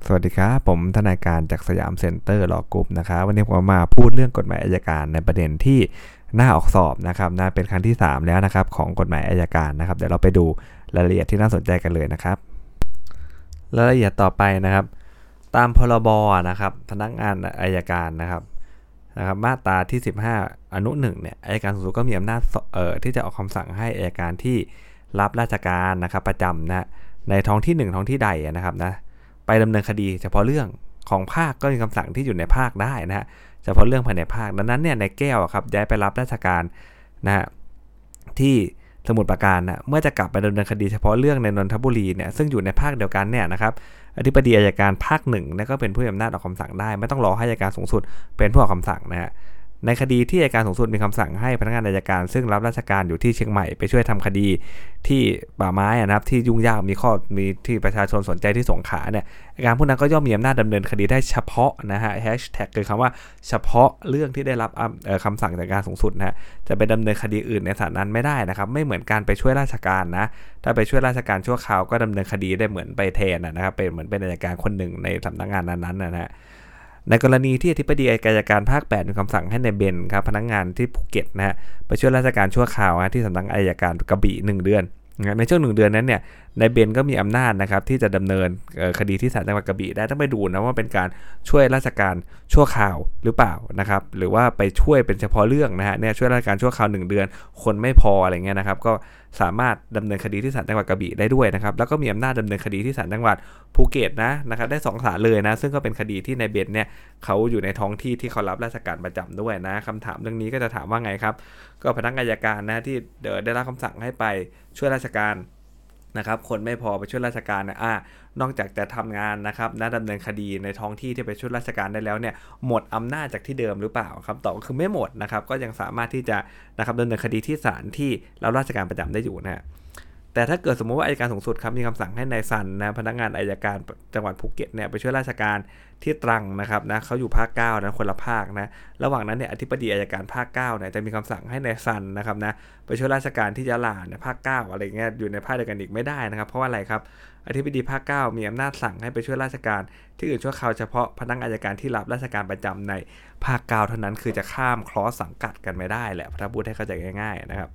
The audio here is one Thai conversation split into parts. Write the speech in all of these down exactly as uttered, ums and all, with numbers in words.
สวัสดีครับผมทนายการจากสยามเซ็นเตอร์ลอกรุ๊ปนะครับวันนี้ผมมาพูดเรื่องกฎหมายอัยการในประเด็นที่น่าออกสอบนะครับนะเป็นครั้งที่สามแล้วนะครับของกฎหมายอัยการนะครับเดี๋ยวเราไปดูรายละเอียดที่น่าสนใจกันเลยนะครับรายละเอียดต่อไปนะครับตามพรบนะครับพนักงานอัยการนะครับนะครับมาตราที่สิบห้าอนุหนึ่งเนี่ยอัยการสูงสุดก็มีอำนาจเอ่อที่จะออกคำสั่งให้อัยการที่รับราชการนะครับประจำนะในท้องที่หนึ่งท้องที่ใดนะครับนะไปดำเนินคดีเฉพาะเรื่องของภาคก็มีคำสั่งที่อยู่ในภาคได้นะฮะเฉพาะเรื่องภายในภาคดังนั้นเนี่ยในแก้วครับย้ายไปรับราชการนะฮะที่สมุทรปราการนะเมื่อจะกลับไปดำเนินคดีเฉพาะเรื่องในนนทบุรีเนี่ยซึ่งอยู่ในภาคเดียวกันเนี่ยนะครับอธิบดีอัยการภาคหนึ่งเนี่ยก็เป็นผู้มีอำนาจออกคำสั่งได้ไม่ต้องรอให้อัยการสูงสุดเป็นผู้ออกคำสั่งนะฮะในคดีที่อัยการสูงสุดมีคำสั่งให้พนักงานอัยการซึ่งรับราชการอยู่ที่เชียงใหม่ไปช่วยทำคดีที่ป่าไม้นะครับที่ยุ่งยากมีข้อมีที่ประชาชนสนใจที่สงขลาเนี่ยอัยการผู้นั้นก็ย่อมมีอำนาจดำเนินคดีได้เฉพาะนะฮะแฮชแท็กคือคำว่าเฉพาะเรื่องที่ได้รับคำสั่งจากการสูงสุดนะฮะจะไปดำเนินคดีอื่นในศาลนั้นไม่ได้นะครับไม่เหมือนการไปช่วยราชการนะถ้าไปช่วยราชการชั่วคราวก็ดำเนินคดีได้เหมือนไปแทนนะครับเป็นเหมือนเป็นอัยการคนหนึ่งในสำนักงานนั้นๆนะฮะในกรณีที่อธิบดีอัยการภาคแปดมีคำสั่งให้ในเบนครับพนักงานที่ภูเก็ตนะฮะไปช่วยราชการชั่วคราวที่สำนักอัยการกระบี่หนึ่งเดือนในช่วงหนึ่งเดือนนั้นเนี่ยในเบนก็มีอำนาจนะครับที่จะดำเนินคดีที่ศาลจังหวัดกระบี่ได้ต้องไปดูนะว่าเป็นการช่วยราชการชั่วคราวหรือเปล่านะครับหรือว่าไปช่วยเป็นเฉพาะเรื่องนะฮะเนี่ยช่วยราชการชั่วคราวหนึ่งเดือนคนไม่พออะไรเงี้ยนะครับก็สามารถดำเนินคดีที่ศาลจังหวัดกระบี่ได้ด้วยนะครับแล้วก็มีอำนาจดำเนินคดีที่ศาลจังหวัดภูเก็ตนะนะครับได้สองศาลเลยนะซึ่งก็เป็นคดีที่ในเบนเนี่ยเขาอยู่ในท้องที่ที่เขารับราชการประจำด้วยนะคำถามเรื่องนี้ก็จะถามว่าไงครับก็พนักงานอัยการนะที่ได้รับคำสั่งให้ไปช่วยราชการนะครับคนไม่พอไปช่วยราชการนะอ่านอกจากจะทำงานนะครับนะดำเนินคดีในท้องที่ที่ไปช่วยราชการได้แล้วเนี่ยหมดอำนาจจากที่เดิมหรือเปล่าคำตอบก็คือไม่หมดนะครับก็ยังสามารถที่จะนะครับดำเนินคดีที่ศาลที่รับราชการประจำได้อยู่นะฮะแต่ถ้าเกิดสมมติว่าอัยการสูงสุดครับมีคำสั่งให้นายซันนะพนักงานอัยการจังหวัดภูเก็ตเนี่ยไปช่วยราชการที่ตรังนะครับนะเขาอยู่ภาคเก้านะคนละภาคนะระหว่างนั้นเนี่ยอธิบดีอัยการภาคเก้าเนี่ยจะมีคำสั่งให้นายซันนะครับนะไปช่วยราชการที่ยะลาเนี่ยภาคเก้าอะไรเงี้ยอยู่ในภาคเดียวกันอีกไม่ได้นะครับเพราะว่าอะไรครับอธิบดีภาคเก้ามีอำนาจสั่งให้ไปช่วยราชการที่อื่นชั่วคราวเฉพาะพนักงานอัยการที่รับราชการประจำในภาคเก้าเท่านั้นคือจะข้ามคลอสสังกัดกันไม่ได้แหละถ้าพูดให้เข้าใจง่ายๆนะครับ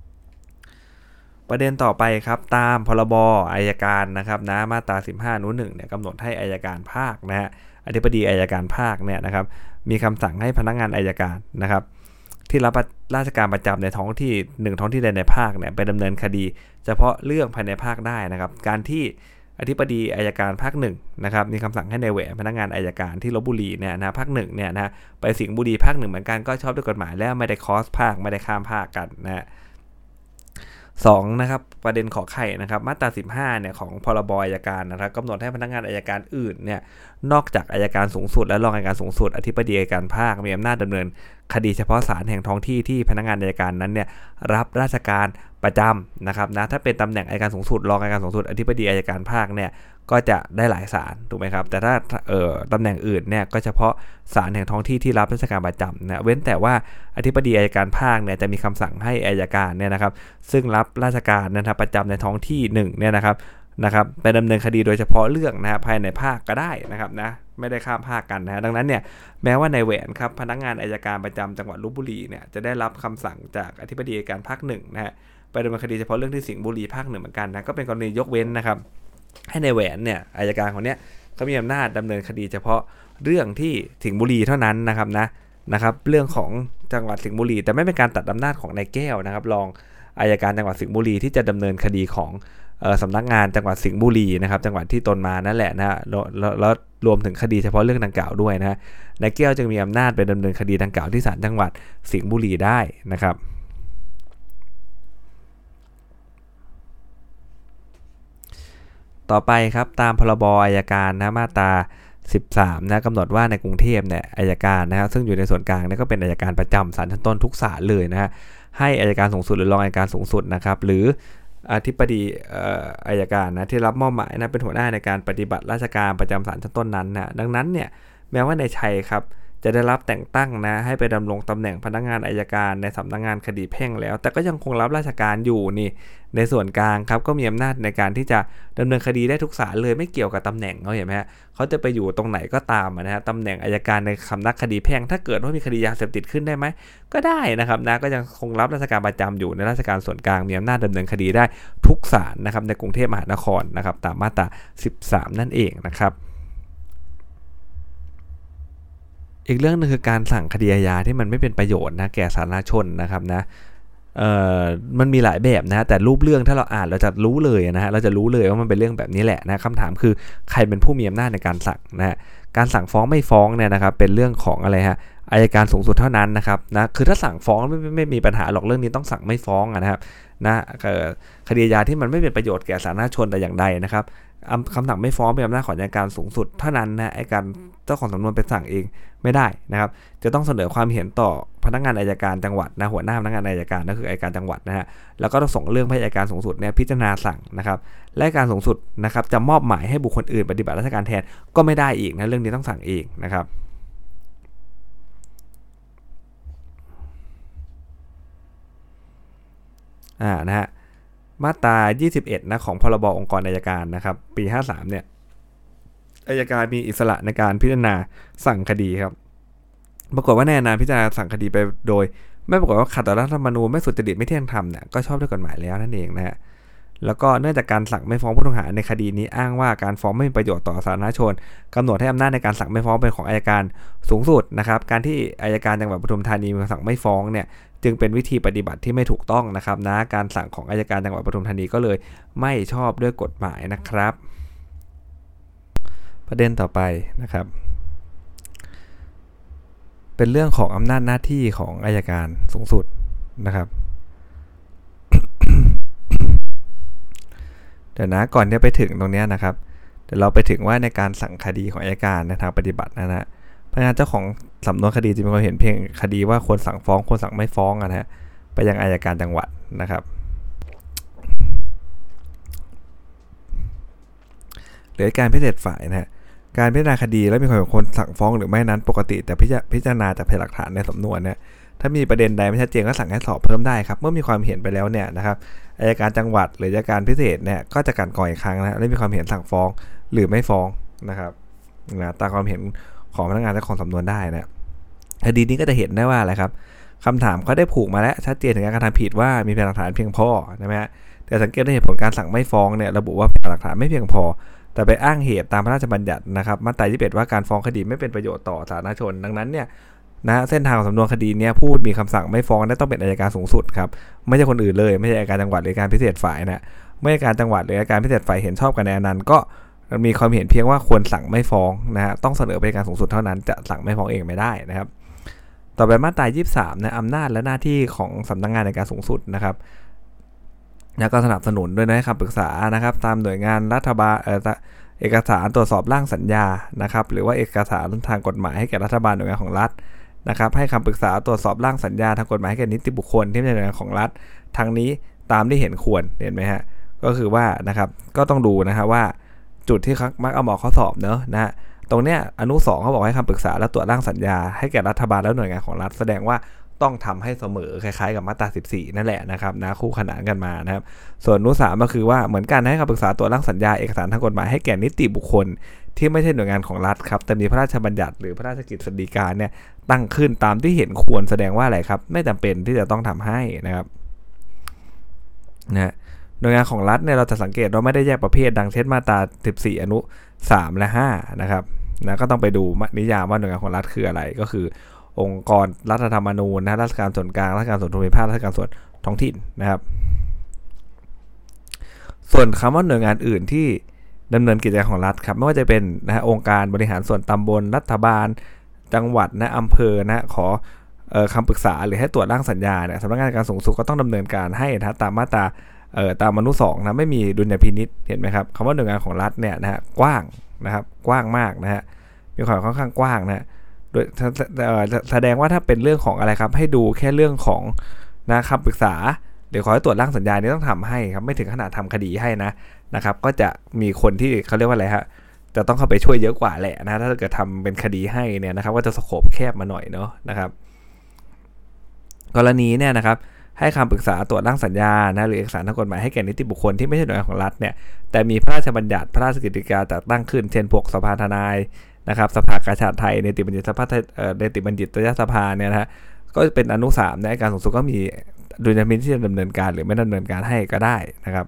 ประเด็นต่อไปครับตามพรบอัยการนะครับนะมาตราสิบห้าอนุหนึ่งเนี่ยกำหนดให้อัยการภาคนะฮะอธิบดีอัยการภาคเนี่ยนะครับมีคำสั่งให้พนักงานอัยการนะครับที่รับราชการประจำในท้องที่หนึ่งท้องที่ใดในภาคเนี่ยไปดำเนินคดีเฉพาะเรื่องภายในภาคได้นะครับการที่อธิบดีอัยการภาคหนึ่งนะครับมีคำสั่งให้ในแหวนพนักงานอัยการที่ลพบุรีเนี่ยนะภาคหนึ่งเนี่ยนะไปสิงห์บุรีภาคหนึ่งเหมือนกันก็ชอบด้วยกฎหมายแล้วไม่ได้คอสภาคไม่ได้ข้ามภาคกันนะสองนะครับประเด็นขอไข่นะครับมาตราสิบห้าเนี่ยของพรบอัยการนะครับกำหนดให้พนักงานอัยการอื่นเนี่ยนอกจากอัยการสูงสุดและรองอัยการสูงสุดอธิบดีอัยการภาคมีอำนาจดำเนินคดีเฉพาะศาลแห่งท้องที่ที่พนักงานอัยการนั้นเนี่ยรับราชการประจำนะครับนะถ้าเป็นตำแหน่งอัยการสูงสุดรองอัยการสูงสุดอธิบดีอัยการภาคเนี่ยก็จะได้หลายศาลถูกไหมครับแต่ถ้าเอ่อตำแหน่งอื่นเนี่ยก็เฉพาะศาลแห่งท้องที่ที่รับราชการประจำนะเว้นแต่ว่าอธิบดีอัยการภาคเนี่ยจะมีคำสั่งให้อัยการเนี่ยนะครับซึ่งรับราชการนะครับประจำในท้องที่หนึ่งเนี่ยนะครับนะครับไปดำเนินคดีโดยเฉพาะเรื่องนะภายในภาคก็ได้นะครับนะไม่ได้ข้ามภาคกันนะดังนั้นเนี่ยแม้ว่าในแหวนครับพนักงานอัยการประจำจังหวัดลพบุรีเนี่ยจะได้รับคำสั่งจากอธิบดีอัยการภาคหนึ่งนะฮะไปดำเนินคดีเฉพาะเรื่องที่สิงห์บุรีภาคหนึ่งเหมือนกันนะก็เป็นกรณียกเว้นนะครับให้ในแหวนเนี่ยอัยการคนเนี้ยเขามีอำนาจดำเนินคดีเฉพาะเรื่องที่สิงห์บุรีเท่านั้นนะครับนะนะครับเรื่องของจังหวัดสิงห์บุรีแต่ไม่เป็นการตัดอำนาจของนายแก้วนะครับรองอัยการจังหวัดสิงห์บุรีที่จะดำเนินคดีของสำนักงานจังหวัดสิงห์บุรีนะครับจังหวัดที่ตนมานั่นแหละนะแล้วรวมถึงคดีเฉพาะเรื่องดังกล่าวด้วยนะนายแก้วจึงมีอำนาจไปดำเนินคดีดังกล่าวที่ศาลจังหวัดสิงห์บุรีได้นะครับต่อไปครับตามพรบอัยการนะมาตราสิบสามนะกำหนดว่าในกรุงเทพเนี่ยอัยการนะครับซึ่งอยู่ในส่วนกลางเนี่ยก็เป็นอัยการประจำศาลชั้นต้นทุกศาลเลยนะฮะให้อัยการสูงสุดหรือรองอัยการสูงสุดนะครับหรืออธิบดีอัยการนะที่รับมอบหมายนะเป็นหัวหน้าในการปฏิบัติราชการประจำศาลชั้นต้นนั้นนะดังนั้นเนี่ยแม้ว่าในชัยครับจะได้รับแต่งตั้งนะให้ไปดำรงตำแหน่งพนักงานอัยการในสำนักงานคดีแพ่งแล้วแต่ก็ยังคงรับราชการอยู่นี่ในส่วนกลางครับก็มีอำนาจในการที่จะดำเนินคดีได้ทุกศาลเลยไม่เกี่ยวกับตำแหน่งเขาเห็นไหมฮะเขาจะไปอยู่ตรงไหนก็ตามนะฮะตำแหน่งอัยการในสำนักคดีแพ่งถ้าเกิดว่ามีคดียาเสพติดขึ้นได้ไหมก็ได้นะครับนะก็ยังคงรับราชการประจำอยู่ในราชการส่วนกลางมีอำนาจดำเนินคดีได้ทุกศาลนะครับในกรุงเทพมหานครนะครับตามมาตราสิบสามนั่นเองนะครับอีกเรื่องนึงคือการสั่งคดีอาญาที่มันไม่เป็นประโยชน์นะแก่สาธารณชนนะครับนะเอ่อมันมีหลายแบบนะแต่รูปเรื่องถ้าเราอ่านเราจะรู้เลยนะฮะเราจะรู้เลยว่ามันเป็นเรื่องแบบนี้แหละนะคำถามคือใครเป็นผู้มีอำนาจในการสั่งนะฮะการสั่งฟ้องไม่ฟ้องเนี่ยนะครับเป็นเรื่องของอะไรฮะอัยการสูงสุดเท่านั้นนะครับนะคือถ้าสั่งฟ้องไม่ไม่ไม่มีปัญหาหรอกเรื่องนี้ต้องสั่งไม่ฟ้องนะครับนะคดีอาญาที่มันไม่เป็นประโยชน์แก่สาธารณชนแต่อย่างใดนะครับคำสั่งไม่ฟ้องเป็นอำนาจของอัยการสูงสุดเท่านั้นนะอัยการเจ้าของสำนวนไปสั่งเองไม่ได้นะครับจะต้องเสนอความเห็นต่อพนักงานอัยการจังหวัดนะหัวหน้าพนักงานอัยการนั่นคืออัยการจังหวัดนะฮะแล้วก็ต้องส่งเรื่องให้อัยการสูงสุดเนี่ยพิจารณาสั่งนะครับและอัยการสูงสุดนะครับจะมอบหมายให้บุคคลอื่นปฏิบัติราชการแทนก็ไม่ได้อีกนะเรื่องนี้ต้องสั่งเองนะครับอ่านะฮะมาตรายี่สิบเอ็ดนะของพรบองค์กรอัยการนะครับปีห้าสิบสามเนี่ยอัยการมีอิสระในการพิจารณาสั่งคดีครับปรากฏว่าในนานพิจารณาสั่งคดีไปโดยไม่ปรากฏว่าขัดต่อรัฐธรรมนูญไม่สุจริตไม่เที่ยงธรรมเนี่ยก็ชอบด้วยกฎหมายแล้วนั่นเองนะฮะแล้วก็เนื่องจากการสั่งไม่ฟ้องผู้ต้องหาในคดีนี้อ้างว่าการฟ้องไม่มีประโยชน์ต่อสาธารณชนกำหนดให้อำนาจในการสั่งไม่ฟ้องเป็นของอัยการสูงสุดนะครับการที่อัยการจังหวัดปทุมธานีมีคำสั่งไม่ฟ้องเนี่ยจึงเป็นวิธีปฏิบัติที่ไม่ถูกต้องนะครับนะการสั่งของอัยการจังหวัดปทุมธานีก็เลยไม่ชอบด้วยกฎหมายนะครับประเด็นต่อไปนะครับเป็นเรื่องของอำนาจหน้าที่ของอัยการสูงสุดนะครับ เดี๋ยวนะก่อนที่จะไปถึงตรงนี้นะครับเดี๋ยวเราไปถึงว่าในการสั่งคดีของอัยการในทางปฏิบัตินะฮะพนักงานเจ้าของสำนวนคดีจะมีความเห็นเพียงคดีว่าควรสั่งฟ้องควรสั่งไม่ฟ้องนะฮะไปยังอัยการจังหวัดนะครับหรือการพิเศษฝ่ายนะฮะการพิจารณาคดีแล้วมีความเห็นควรสั่งฟ้องหรือไม่นั้นปกติแต่พิจารณาจากพยานหลักฐานในสำนวนเนี่ยถ้ามีประเด็นใดไม่ชัดเจนก็สั่งให้สอบเพิ่มได้ครับเมื่อมีความเห็นไปแล้วเนี่ยนะครับอัยการจังหวัดหรืออัยการพิเศษเนี่ยก็จะกันกรองอีกครั้งนะและมีความเห็นสั่งฟ้องหรือไม่ฟ้องนะครับนะตามความเห็นของพนักงานเจ้าของสำนวนได้นะคดีนี้ก็จะเห็นได้ว่าอะไรครับคำถามเขาได้ผูกมาแล้วชัดเจนถึงการกระทำผิดว่ามีพยานหลักฐานเพียงพอใช่ไหมฮะแต่สังเกตได้เหตุผลการสั่งไม่ฟ้องเนี่ยระบุว่าพยานหลักฐานไม่เพียงพอแต่ไปอ้างเหตุตามพระราชบัญญัตินะครับมาตรายี่สิบเอ็ดว่าการฟ้องคดีไม่เป็นประโยชน์ต่อสาธารณชนดังนั้นเนี่ยนะเส้นทางของสำนวนคดีนี้ผู้มีคำสั่งไม่ฟ้องต้องเป็นอัยการสูงสุดครับไม่ใช่คนอื่นเลยไม่ใช่อัยการจังหวัดหรืออัยการพิเศษฝ่ายนะเมื่ออัยการจังหวัดหรืออัยการพิเศษฝ่ายเห็นชอบกันในนั้นก็มีความเห็นเพียงว่าควรสั่งไม่ฟ้องนะฮะต้องเสนอไปอัยการสูงสุดเท่านั้นจะสั่งไม่ฟ้องเองไม่ได้นะครับต่อไปมาตรายี่สิบสามนะอำนาจและหน้าที่ของสำนักงานอัยการสูงสุดนะครับแล้วก็สนับสนุนด้วยนะคำปรึกษานะครับตามหน่วยงานรัฐบาลเอ่อเอกสารตรวจสอบร่างสัญญานะครับหรือว่าเอกสารทางกฎหมายให้แก่รัฐบาลหน่วยงานของรัฐนะครับให้คำปรึกษาตรวจสอบร่างสัญญาทางกฎหมายให้แก่นิติบุคคลที่เป็นหน่วยงานของรัฐทั้งนี้ตามที่เห็นควรเห็นไหมฮะก็คือว่านะครับก็ต้องดูนะฮะว่าจุดที่มักเอาหมอข้อสอบเนอะนะฮะตรงเนี้ยอนุสองเขาบอกให้คำปรึกษาและตรวจร่างสัญญาให้แก่รัฐบาลและหน่วยงานของรัฐแสดงว่าต้องทำให้เสมอคล้ายๆกับมาตราสิบสี่นั่นแหละนะครับนะคู่ขนานกันมานะครับส่วนอนุสามก็คือว่าเหมือนกันให้คำปรึกษาตรวจร่างสัญญาเอกสารทางกฎหมายให้แก่นิติบุคคลที่ไม่ใช่หน่วยงานของรัฐครับแต่มีพระราชบัญญัติหรือพระราชกฤษฎีกาเนี่ยตั้งขึ้นตามที่เห็นควรแสดงว่าอะไรครับไม่จำเป็นที่จะต้องทำให้นะครับนะหน่วยงานของรัฐเนี่ยเราจะสังเกตว่าไม่ได้แยกประเภทดังเช่นมาตราสิบสี่อนุสามและห้านะครับนะก็ต้องไปดูนิยามว่าหน่วยงานของรัฐคืออะไรก็คือองค์กรรัฐธรรมนูญนะราชการส่วนกลางราชการส่วนภูมิภาคราชการส่วนท้องถิ่นนะครับส่วนคำว่าหน่วยงานอื่นที่ดำเนินกิจการของรัฐครับไม่ว่าจะเป็นนะฮะองค์การบริหารส่วนตำบลรัฐบาลจังหวัดนะอำเภอนะขอเอ่อคำปรึกษาหรือให้ตรวจร่างสัญญาเนี่ยสำนักงานการสูงสุดก็ต้องดำเนินการให้นะตามมาตราเอ่อตามอนุสองนะไม่มีดุลยพินิจเห็นไหมครับคำว่าหน่วยงานของรัฐเนี่ยนะฮะกว้างนะครับกว้างมากนะฮะมีความค่อนข้างกว้างนะโดยแสดงว่าถ้าเป็นเรื่องของอะไรครับให้ดูแค่เรื่องของนะคำปรึกษาเดี๋ยวขอให้ตรวจร่างสัญญานี้ต้องทำให้ครับไม่ถึงขนาดทำคดีให้นะนะครับก็จะมีคนที่เขาเรียกว่าอะไรฮะจะต้องเข้าไปช่วยเยอะกว่าแหละนะถ้าเกิดทำเป็นคดีให้เนี่ยนะครับก็จะสโคปแคบมาหน่อยเนาะนะครับกรณีเนี่ยนะครับให้คำปรึกษาตรวจร่างสัญญานะหรือเอกสารทางกฎหมายให้แก่นิติบุคคลที่ไม่ใช่หน่วยงานของรัฐเนี่ยแต่มีพระราชบัญญัติพระราชกฤษฎีกาจัดตั้งขึ้นเช่นพวกสภาทนายนะครับสภากาชาดไทยเนติบัณฑิตสภาเอ่อเนติบัณฑิตยสภาเนี่ยนะฮะก็เป็นอนุสามในการสูงสุดก็มีดุลยพินิจที่จะดำเนินการหรือไม่ดำเนินการให้ก็ได้นะครับ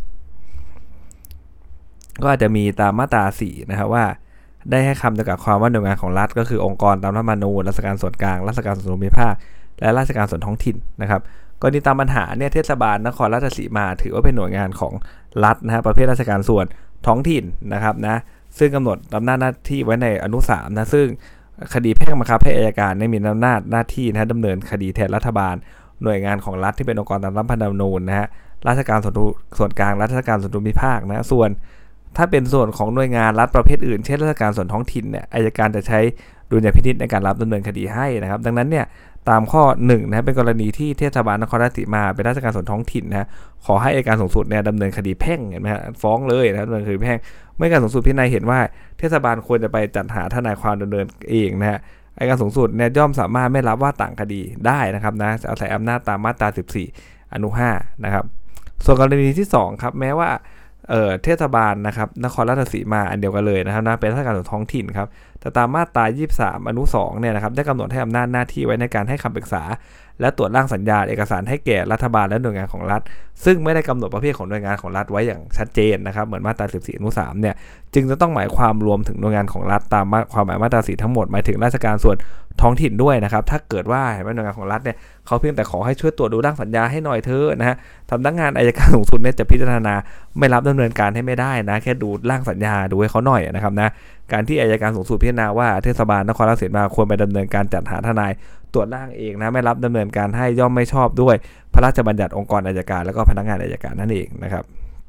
ก็อาจจะมีตามมาตราสี่นะครับว่าได้ให้คำจำกัดความว่าหน่วยงานของรัฐก็คือองค์กรตามรัฐธรรมนูญราชการส่วนกลางราชการส่วนภูมิภาคและราชการส่วนท้องถิ่นนะครับกรณีตามปัญหาเนี่ยเทศบาลนครราชสีมาถือว่าเป็นหน่วยงานของรัฐนะฮะประเภทราชการส่วนท้องถิ่นนะครับนะซึ่งกำหนดอำนาจหน้าที่ไว้ในอนุสามนะซึ่งคดีแพ่งบังคับให้อัยการได้มีอำนาจหน้าที่นะดำเนินคดีแทนรัฐบาลหน่วยงานของรัฐที่เป็นองค์กรตามรัฐธรรมนูญนะฮะราชการส่วนส่วนกลางราชการส่วนภูมิภาคนะส่วนถ้าเป็นส่วนของหน่วยงานรัฐประเภทอื่นเช่นราชการส่วนท้องถิ่นเนี่ยอัยการจะใช้ดุลยพินิจในการรับดำเนินคดีให้นะครับดังนั้นเนี่ยตามข้อหนึ่งนะเป็นกรณีที่เทศบาลนครราชสีมาเป็นราชการส่วนท้องถิ่นนะขอให้อัยการสูงสุดเนี่ยดำเนินคดีแพ่งเห็นไหมฮะฟ้องเลยนะดำเนินคดีแพ่งเมื่ออัยการสูงสุดพิจารณาเห็นว่าเทศบาลควรจะไปจัดหาทนายความดำเนินเองนะฮะอัยการสูงสุดเนี่ยย่อมสามารถไม่รับว่าต่างคดีได้นะครับนะอาศัยอำนาจตามมาตราสิบสี่อนุห้านะครับส่วนกรณีที่สองครับแม้ว่าเอ่อเทศบาลนะครับนครราชสีมาอันเดียวกันเลยนะครับนะเป็นราชการส่วนท้องถิ่นครับแต่ตามมาตรายี่สิบสามอนุสองเนี่ยนะครับได้กำหนดให้อำนาจหน้าที่ไว้ในการให้คำปรึกษาและตรวจร่างสัญญาเอกสารให้แก่รัฐบาลและหน่วยงานของรัฐซึ่งไม่ได้กำหนดประเภทของหน่วยงานของรัฐไว้อย่างชัดเจนนะครับเหมือนมาตราสิบสี่อนุสามเนี่ยจึงจะต้องหมายความรวมถึงหน่วยงานของรัฐตามความหมายมาตราสี่ทั้งหมดหมายถึงราชการส่วนท้องถิ่นด้วยนะครับถ้าเกิดว่าเห็นว่าหน่วยงานของรัฐเนี่ยเขาเพียงแต่ขอให้ช่วยตรวจดูร่างสัญญาให้หน่อยเถอะนะฮะสำนักงานอัยการสูงสุดเนี่ยจะพิจารณาไม่รับดำเนินการให้ไม่ได้นะแค่ดูร่างสัญญาดูให้เขาหน่อยนะครับนะการที่อัยการสูงสุดพิจารณาว่าเทศบาลนครราชสีมาควรไปดำเนินการจัดหาทนายตรวจร่างเองนะไม่รับดำเนินการให้ย่อมไม่ชอบด้วยพระราชบัญญัติองค์กรอัยการและก็พนักงานอัยการนั่นเองนะครับ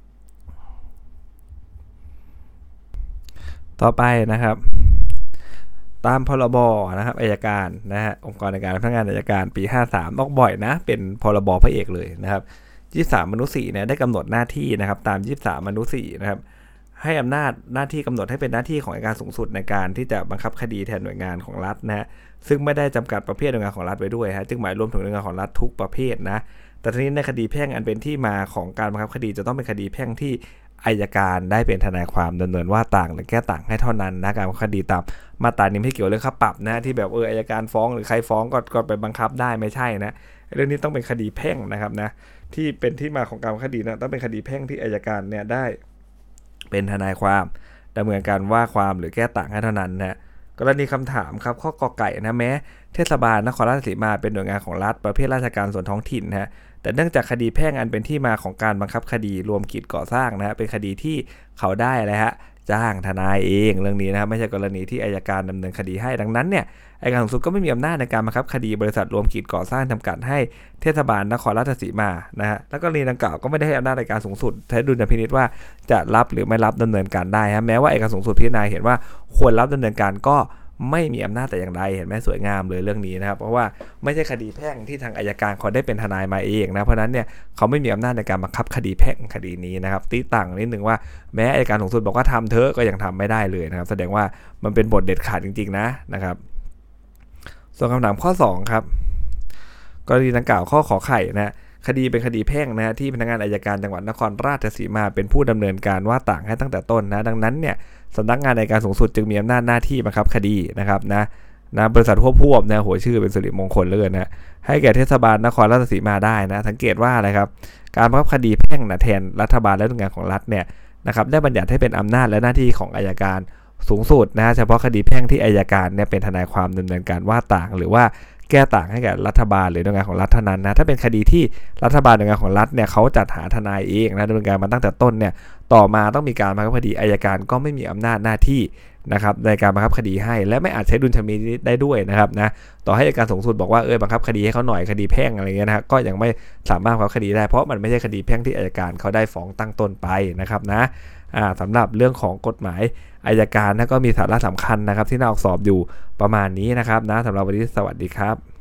ต่อไปนะครับตามพรบนะครับอัยการนะฮะองค์กรอัยการและพนักงานอัยการปีห้าสามออกบ่อยนะเป็นพรบพระเอกเลยนะครับยี่สิบสามอนุสี่เนี่ยได้กำหนดหน้าที่นะครับตามยี่สิบสามอนุสี่นะครับให้อำนาจหน้าที่กำหนดให้เป็นหน้าที่ของอัยการสูงสุดในการที่จะบังคับคดีแทนหน่วยงานของรัฐนะฮะซึ่งไม่ได้จำกัดประเภทหน่วยงานของรัฐไว้ด้วยฮะจึงหมายรวมถึงหน่วยงานของรัฐทุกประเภทนะแต่ทีนี้ในคดีแพ่งอันเป็นที่มาของการบังคับคดีจะต้องเป็นคดีแพ่งที่อัยการได้เป็นทนายความดำเนินว่าต่างหรือแก้ต่างให้เท่านั้นนะการบังคับคดีตามมาตรานี้ไม่เกี่ยวเรื่องค่าปรับนะที่แบบเอออัยการฟ้องหรือใครฟ้องก็ก็ไปบังคับได้ไม่ใช่นะเรื่องนี้ต้องเป็นคดีแพ่งนะครับนะที่เป็นที่มาของการบังคับคดีนะต้องเป็นคดีแพ่งที่อัยการเนี่ยได้เป็นทนายความดำเนินการว่าความหรือแก้ต่างให้เท่านั้นนะกรณีคำถามครับข้อกอไก่นะแม้เทศบาลนครราชสีมาเป็นหน่วยงานของรัฐประเภทราชการส่วนท้องถิ่นนะฮะแต่เนื่องจากคดีแพ่งอันเป็นที่มาของการบังคับคดีรวมกิจก่อสร้างนะฮะเป็นคดีที่เขาได้อะไรฮะจ้างทนายเองเรื่องนี้นะครับไม่ใช่กรณีที่อัยการดำเนินคดีให้ดังนั้นเนี่ยอัยการสูงสุดก็ไม่มีอำนาจในการบังคับคดีบริษัทรวมกิจก่อสร้างจำกัดให้เทศบาลนครราชสีมานะฮะแล้วกรณีดังกล่าวก็ไม่ได้ให้อำนาจอัยการสูงสุดใช้ดุลยพินิจว่าจะรับหรือไม่รับดำเนินการได้ฮะแม้ว่าอัยการสูงสุดพิจารณาเห็นว่าควรรับดำเนินการก็ไม่มีอำนาจแต่อย่างใดเห็นไหมสวยงามเลยเรื่องนี้นะครับเพราะว่าไม่ใช่คดีแพ่งที่ทางอัยการเขาได้เป็นทนายมาเองนะเพราะนั้นเนี่ยเขาไม่มีอำนาจในการบังคับคดีแพ่งคดีนี้นะครับตีต่างนิดนึงว่าแม้อัยการสูงสุดบอกว่าทำเถอะก็ยังทำไม่ได้เลยนะครับแสดงว่ามันเป็นบทเด็ดขาดจริงๆนะนะครับส่วนคำถามข้อสองครับกรณีดังกล่าวข้อขอไข่นะคดีเป็นคดีแพ่งนะที่พนักงานอัยการจังหวัดนครราชสีมาเป็นผู้ดำเนินการว่าต่างให้ตั้งแต่ต้นนะดังนั้นเนี่ยสำนักงานอัยการสูงสุดจึงมีอำนาจหน้าที่บังคับคดีนะครับนะนะบริษัทควบควบนะหัวชื่อเป็นสิริมงคลเลยนะให้แก่เทศบาลนครราชสีมาได้นะสังเกตว่าอะไรครับการบังคับคดีแพ่งนะแทนรัฐบาลและหน่วยงานของรัฐเนี่ยนะครับได้บัญญัติให้เป็นอำนาจและหน้าที่ของอัยการสูงสุดนะเฉพาะคดีแพ่งที่อัยการเนี่ยเป็นทนายความดำเนินการว่าต่างหรือว่าแก้ต่างให้แก่รัฐบาลหรือหน่วยงานของรัฐเท่านั้นนะถ้าเป็นคดีที่รัฐบาลหน่วยงานของรัฐเนี่ยเขาจัดหาทนายเองนะดำเนินการมาตั้งแต่ต้นเนี่ยต่อมาต้องมีการบังคับคดีอัยการก็ไม่มีอำนาจหน้าที่นะครับในการบังคับคดีให้และไม่อาจใช้ดุลยพินิจได้ด้วยนะครับนะต่อให้อัยการสูงสุดบอกว่าเออบังคับคดีให้เขาหน่อยคดีแพ่งอะไรเงี้ยนะก็ยังไม่สามารถบังคับคดีได้เพราะมันไม่ใช่คดีแพ่งที่อัยการเขาได้ฟ้องตั้งต้นไปนะครับนะอ่าสำหรับเรื่องของกฎหมายอัยการนะก็มีสาระสำคัญนะครับที่น่าออกสอบอยู่ประมาณนี้นะครับนะสำหรับวันนี้สวัสดีครับ